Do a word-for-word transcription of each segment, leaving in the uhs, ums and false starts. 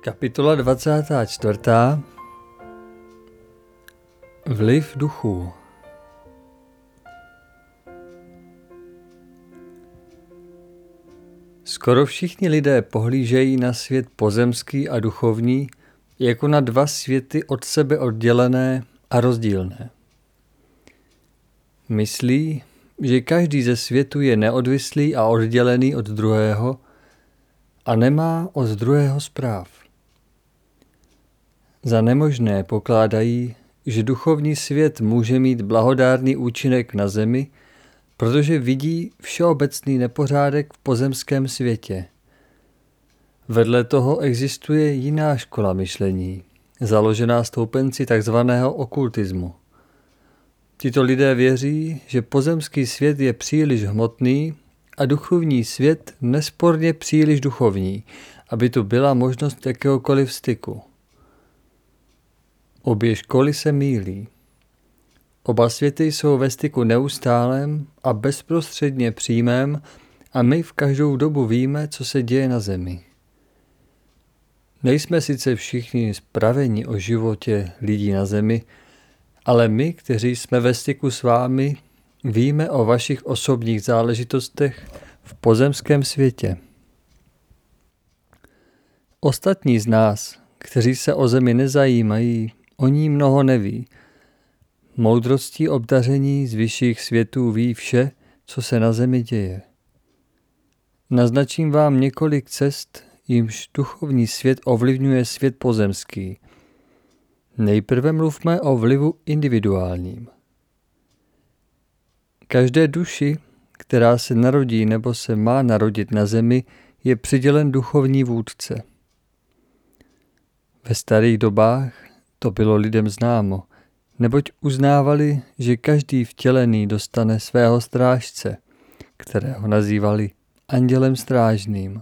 Kapitola dvacátá čtvrtá. Vliv duchů. Skoro všichni lidé pohlížejí na svět pozemský a duchovní jako na dva světy od sebe oddělené a rozdílné. Myslí, že každý ze světů je neodvislý a oddělený od druhého a nemá od druhého zpráv. Za nemožné pokládají, že duchovní svět může mít blahodárný účinek na zemi, protože vidí všeobecný nepořádek v pozemském světě. Vedle toho existuje jiná škola myšlení, založená stoupenci tzv. Okultismu. Tito lidé věří, že pozemský svět je příliš hmotný a duchovní svět nesporně příliš duchovní, aby tu byla možnost jakéhokoliv styku. Obě školy se mýlí. Oba světy jsou ve styku neustálém a bezprostředně přímém a my v každou dobu víme, co se děje na zemi. Nejsme sice všichni spraveni o životě lidí na zemi, ale my, kteří jsme ve styku s vámi, víme o vašich osobních záležitostech v pozemském světě. Ostatní z nás, kteří se o zemi nezajímají, o ní mnoho neví. Moudrostí obdaření z vyšších světů ví vše, co se na zemi děje. Naznačím vám několik cest, jimž duchovní svět ovlivňuje svět pozemský. Nejprve mluvme o vlivu individuálním. Každé duši, která se narodí nebo se má narodit na zemi, je přidělen duchovní vůdce. Ve starých dobách to bylo lidem známo, neboť uznávali, že každý vtělený dostane svého strážce, kterého nazývali andělem strážným.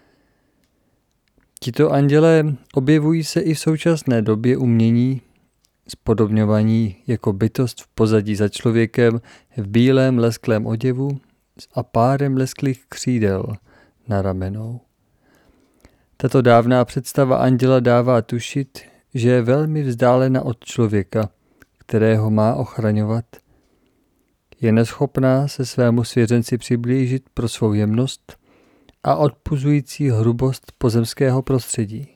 Tito andělé objevují se i v současné době umění, spodobňovaní jako bytost v pozadí za člověkem v bílém lesklém oděvu a párem lesklých křídel na ramenou. Tato dávná představa anděla dává tušit, že je velmi vzdálena od člověka, kterého má ochraňovat. Je neschopná se svému svěřenci přiblížit pro svou jemnost a odpuzující hrubost pozemského prostředí.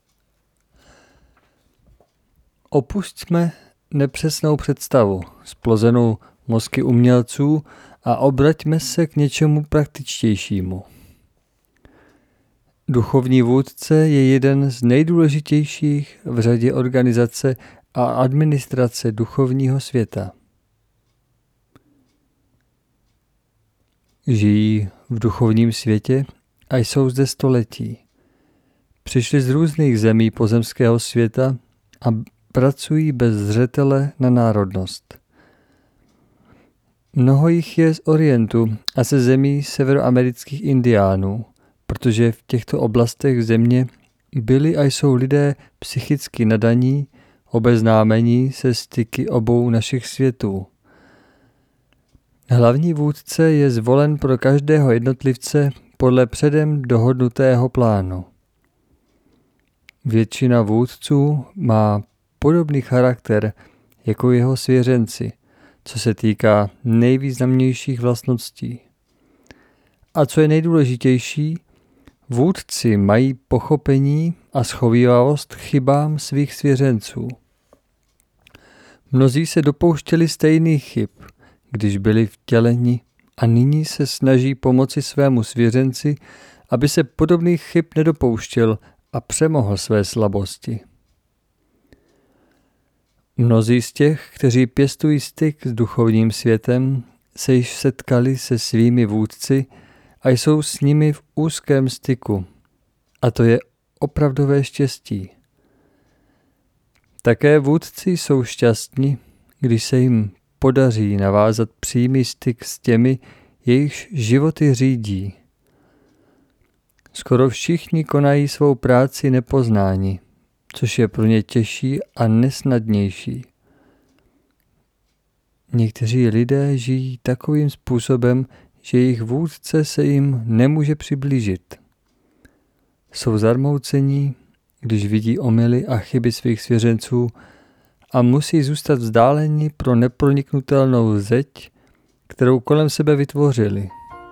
Opusťme nepřesnou představu, splozenou mozky umělců a obraťme se k něčemu praktičtějšímu. Duchovní vůdce je jeden z nejdůležitějších v řadě organizace a administrace duchovního světa. Žijí v duchovním světě a jsou zde století. Přišli z různých zemí pozemského světa a pracují bez zřetele na národnost. Mnoho jich je z Orientu a ze zemí severoamerických indiánů, protože v těchto oblastech země byli a jsou lidé psychicky nadaní, obeznámení se styky obou našich světů. Hlavní vůdce je zvolen pro každého jednotlivce podle předem dohodnutého plánu. Většina vůdců má podobný charakter jako jeho svěřenci, co se týká nejvýznamnějších vlastností. A co je nejdůležitější, vůdci mají pochopení a schovívavost k chybám svých svěřenců. Mnozí se dopouštěli stejných chyb, když byli vtěleni, a nyní se snaží pomoci svému svěřenci, aby se podobných chyb nedopouštěl a přemohl své slabosti. Mnozí z těch, kteří pěstují styk s duchovním světem, se již setkali se svými vůdci a jsou s nimi v úzkém styku. A to je opravdové štěstí. Také vůdci jsou šťastní, když se jim podaří navázat přímý styk s těmi, jejichž životy řídí. Skoro všichni konají svou práci nepoznáni, což je pro ně těžší a nesnadnější. Někteří lidé žijí takovým způsobem, že jejich vůdce se jim nemůže přiblížit. Jsou zarmoucení, když vidí omyly a chyby svých svěřenců a musí zůstat vzdáleni pro neproniknutelnou zeď, kterou kolem sebe vytvořili.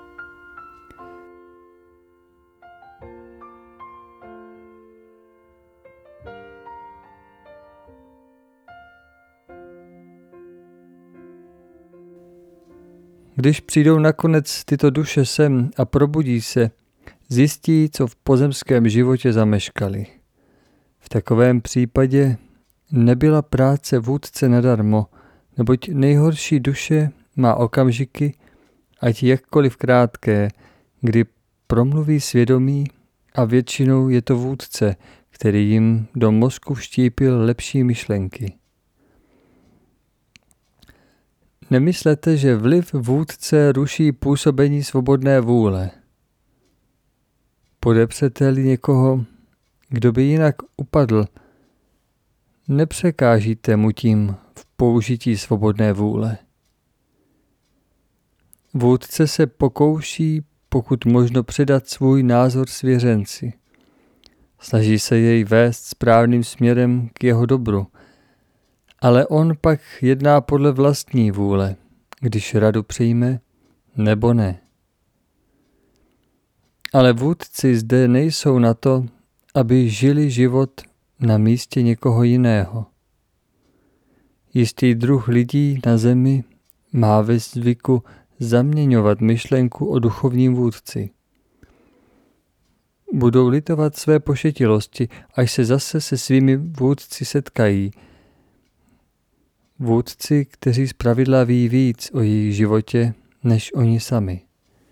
Když přijdou nakonec tyto duše sem a probudí se, zjistí, co v pozemském životě zameškali. V takovém případě nebyla práce vůdce nadarmo, neboť nejhorší duše má okamžiky, ať jakkoliv krátké, kdy promluví svědomí a většinou je to vůdce, který jim do mozku vštípil lepší myšlenky. Nemyslete, že vliv vůdce ruší působení svobodné vůle. Podepřete-li někoho, kdo by jinak upadl, nepřekážíte mu tím v použití svobodné vůle. Vůdce se pokouší pokud možno předat svůj názor svěřenci. Snaží se jej vést správným směrem k jeho dobru, ale on pak jedná podle vlastní vůle, když radu přijme nebo ne. Ale vůdci zde nejsou na to, aby žili život na místě někoho jiného. Jistý druh lidí na zemi má ve zvyku zaměňovat myšlenku o duchovním vůdci. Budou litovat své pošetilosti, až se zase se svými vůdci setkají. Vůdci, kteří zpravidla ví víc o jejich životě, než oni sami.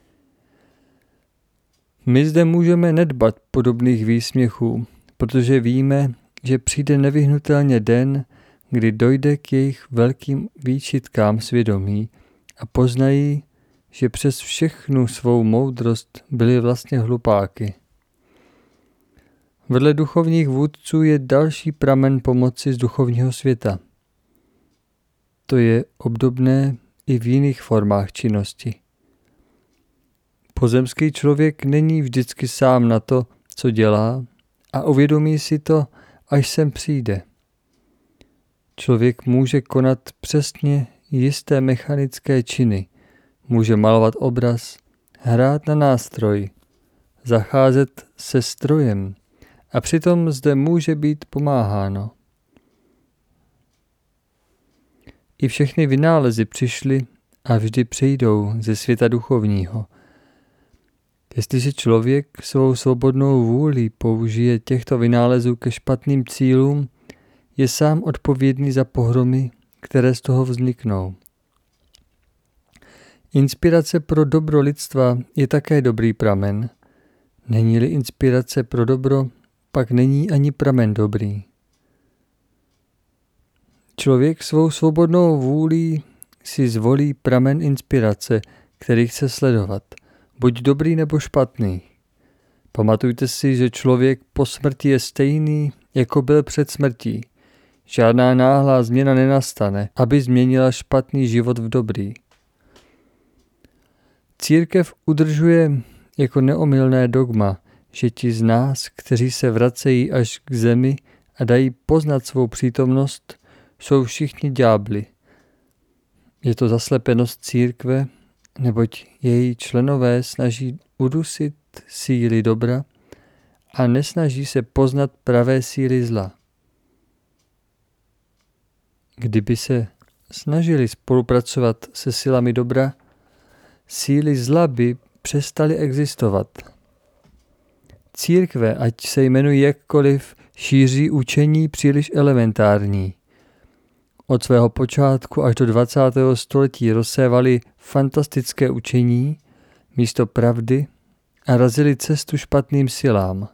My zde můžeme nedbat podobných výsměchů, protože víme, že přijde nevyhnutelně den, kdy dojde k jejich velkým výčitkám svědomí a poznají, že přes všechnu svou moudrost byli vlastně hlupáky. Vedle duchovních vůdců je další pramen pomoci z duchovního světa. To je obdobné i v jiných formách činnosti. Pozemský člověk není vždycky sám na to, co dělá, a uvědomí si to, až sem přijde. Člověk může konat přesně jisté mechanické činy, může malovat obraz, hrát na nástroj, zacházet se strojem a přitom zde může být pomáháno. I všechny vynálezy přišly a vždy přijdou ze světa duchovního. Jestliže člověk svou svobodnou vůli použije těchto vynálezů ke špatným cílům, je sám odpovědný za pohromy, které z toho vzniknou. Inspirace pro dobro lidstva je také dobrý pramen. Není-li inspirace pro dobro, pak není ani pramen dobrý. Člověk svou svobodnou vůlí si zvolí pramen inspirace, který chce sledovat, buď dobrý nebo špatný. Pamatujte si, že člověk po smrti je stejný, jako byl před smrtí. Žádná náhlá změna nenastane, aby změnila špatný život v dobrý. Církev udržuje jako neomylné dogma, že ti z nás, kteří se vracejí až k zemi a dají poznat svou přítomnost, jsou všichni ďábli. Je to zaslepenost církve, neboť její členové snaží udusit síly dobra a nesnaží se poznat pravé síly zla. Kdyby se snažili spolupracovat se silami dobra, síly zla by přestaly existovat. Církve, ať se jmenují jakkoliv, šíří učení příliš elementární. Od svého počátku až do dvacátého století rozsévali fantastické učení místo pravdy a razili cestu špatným silám.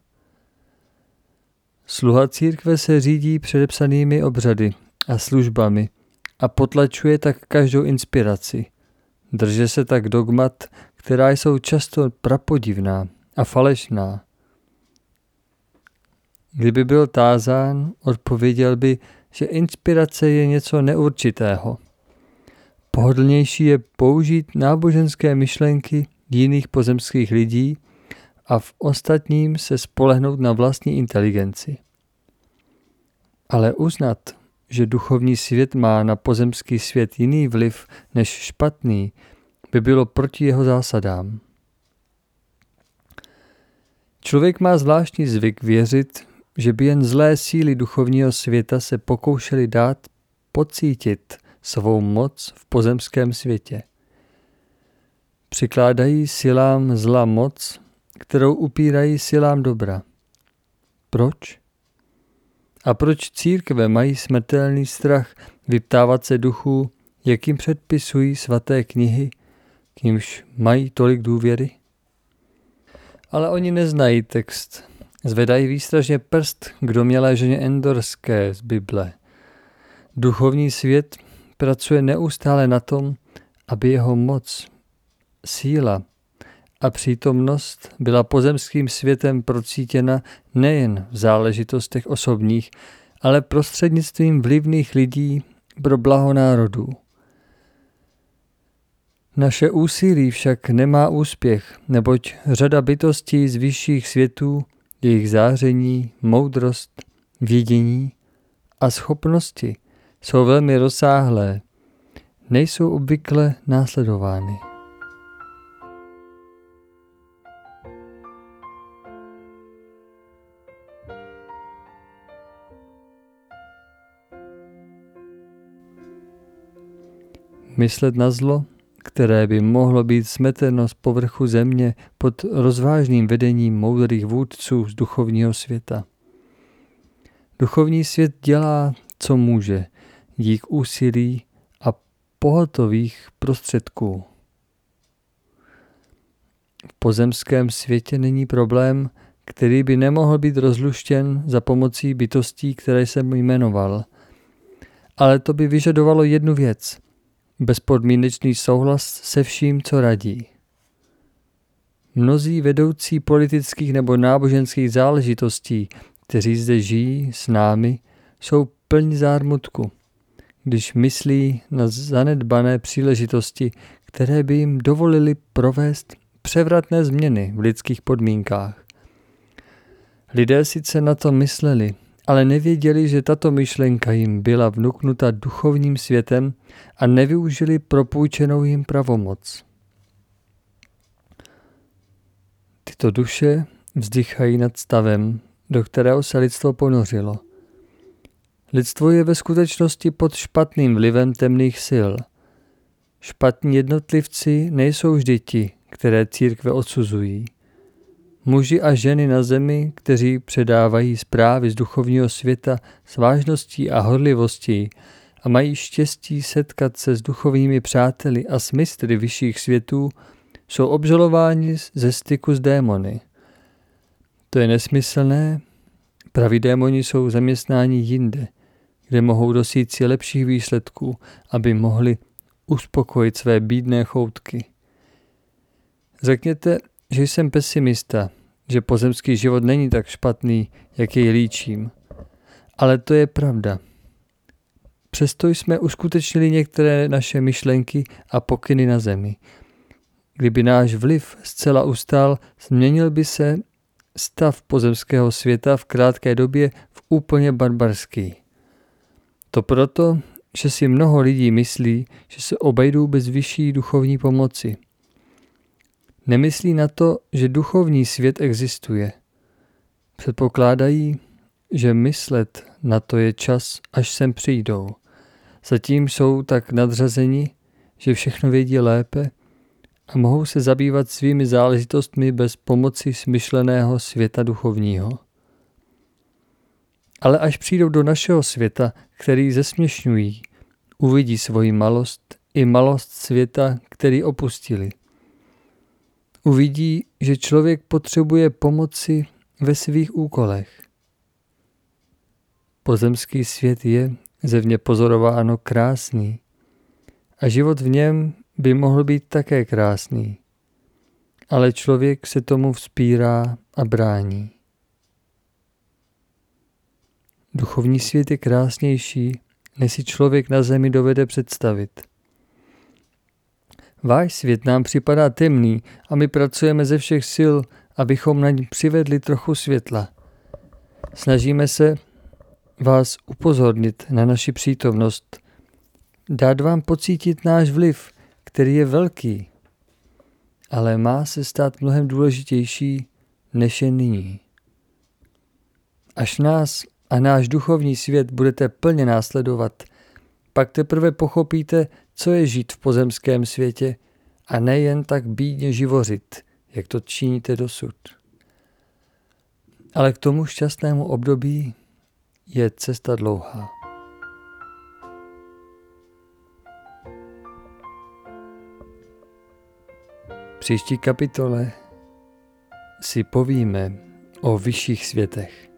Sluha církve se řídí předepsanými obřady a službami a potlačuje tak každou inspiraci. Drže se tak dogmat, která jsou často prapodivná a falešná. Kdyby byl tázán, odpověděl by, že inspirace je něco neurčitého. Pohodlnější je použít náboženské myšlenky jiných pozemských lidí a v ostatním se spolehnout na vlastní inteligenci. Ale uznat, že duchovní svět má na pozemský svět jiný vliv než špatný, by bylo proti jeho zásadám. Člověk má zvláštní zvyk věřit, že by jen zlé síly duchovního světa se pokoušely dát pocítit svou moc v pozemském světě. Přikládají silám zla moc, kterou upírají silám dobra. Proč? A proč církve mají smrtelný strach vyptávat se duchů, jak jim předpisují svaté knihy, k nímž mají tolik důvěry? Ale oni neznají text. Zvedají výstražně prst k domnělé ženě Endorské z Bible. Duchovní svět pracuje neustále na tom, aby jeho moc, síla a přítomnost byla pozemským světem procítěna nejen v záležitostech osobních, ale prostřednictvím vlivných lidí pro blaho národů. Naše úsilí však nemá úspěch, neboť řada bytostí z vyšších světů, jejich záření, moudrost, vědění a schopnosti jsou velmi rozsáhlé, nejsou obvykle následovány. Myslet na zlo, které by mohlo být smeteno z povrchu země pod rozvážným vedením moudrých vůdců z duchovního světa. Duchovní svět dělá, co může, dík úsilí a pohotových prostředků. V pozemském světě není problém, který by nemohl být rozluštěn za pomocí bytostí, které jsem jmenoval. Ale to by vyžadovalo jednu věc – bezpodmínečný souhlas se vším, co radí. Mnozí vedoucí politických nebo náboženských záležitostí, kteří zde žijí s námi, jsou plní zármutku, když myslí na zanedbané příležitosti, které by jim dovolily provést převratné změny v lidských podmínkách. Lidé sice na to mysleli, ale nevěděli, že tato myšlenka jim byla vnuknuta duchovním světem a nevyužili propůjčenou jim pravomoc. Tyto duše vzdychají nad stavem, do kterého se lidstvo ponořilo. Lidstvo je ve skutečnosti pod špatným vlivem temných sil. Špatní jednotlivci nejsou vždy ti, které církve odsuzují. Muži a ženy na zemi, kteří předávají zprávy z duchovního světa s vážností a horlivostí a mají štěstí setkat se s duchovními přáteli a s mistry vyšších světů, jsou obžalováni ze styku s démony. To je nesmyslné, praví démoni jsou zaměstnáni jinde, kde mohou dosít si lepších výsledků, aby mohli uspokojit své bídné choutky. Řekněte, že jsem pesimista, že pozemský život není tak špatný, jak jej líčím. Ale to je pravda. Přesto jsme uskutečnili některé naše myšlenky a pokyny na zemi. Kdyby náš vliv zcela ustal, změnil by se stav pozemského světa v krátké době v úplně barbarský. To proto, že si mnoho lidí myslí, že se obejdou bez vyšší duchovní pomoci. Nemyslí na to, že duchovní svět existuje. Předpokládají, že myslet na to je čas, až sem přijdou. Zatím jsou tak nadřazeni, že všechno vědí lépe a mohou se zabývat svými záležitostmi bez pomoci smyšleného světa duchovního. Ale až přijdou do našeho světa, který zesměšňují, uvidí svoji malost i malost světa, který opustili. Uvidí, že člověk potřebuje pomoci ve svých úkolech. Pozemský svět je zevně pozorováno krásný a život v něm by mohl být také krásný, ale člověk se tomu vzpírá a brání. Duchovní svět je krásnější, než si člověk na zemi dovede představit. Váš svět nám připadá temný a my pracujeme ze všech sil, abychom na něj přivedli trochu světla. Snažíme se, vás upozornit na naši přítomnost, dát vám pocítit náš vliv, který je velký, ale má se stát mnohem důležitější, než je nyní. Až nás a náš duchovní svět budete plně následovat, pak teprve pochopíte, co je žít v pozemském světě a nejen tak bídně živořit, jak to činíte dosud. Ale k tomu šťastnému období je cesta dlouhá. V příští kapitole si povíme o vyšších světech.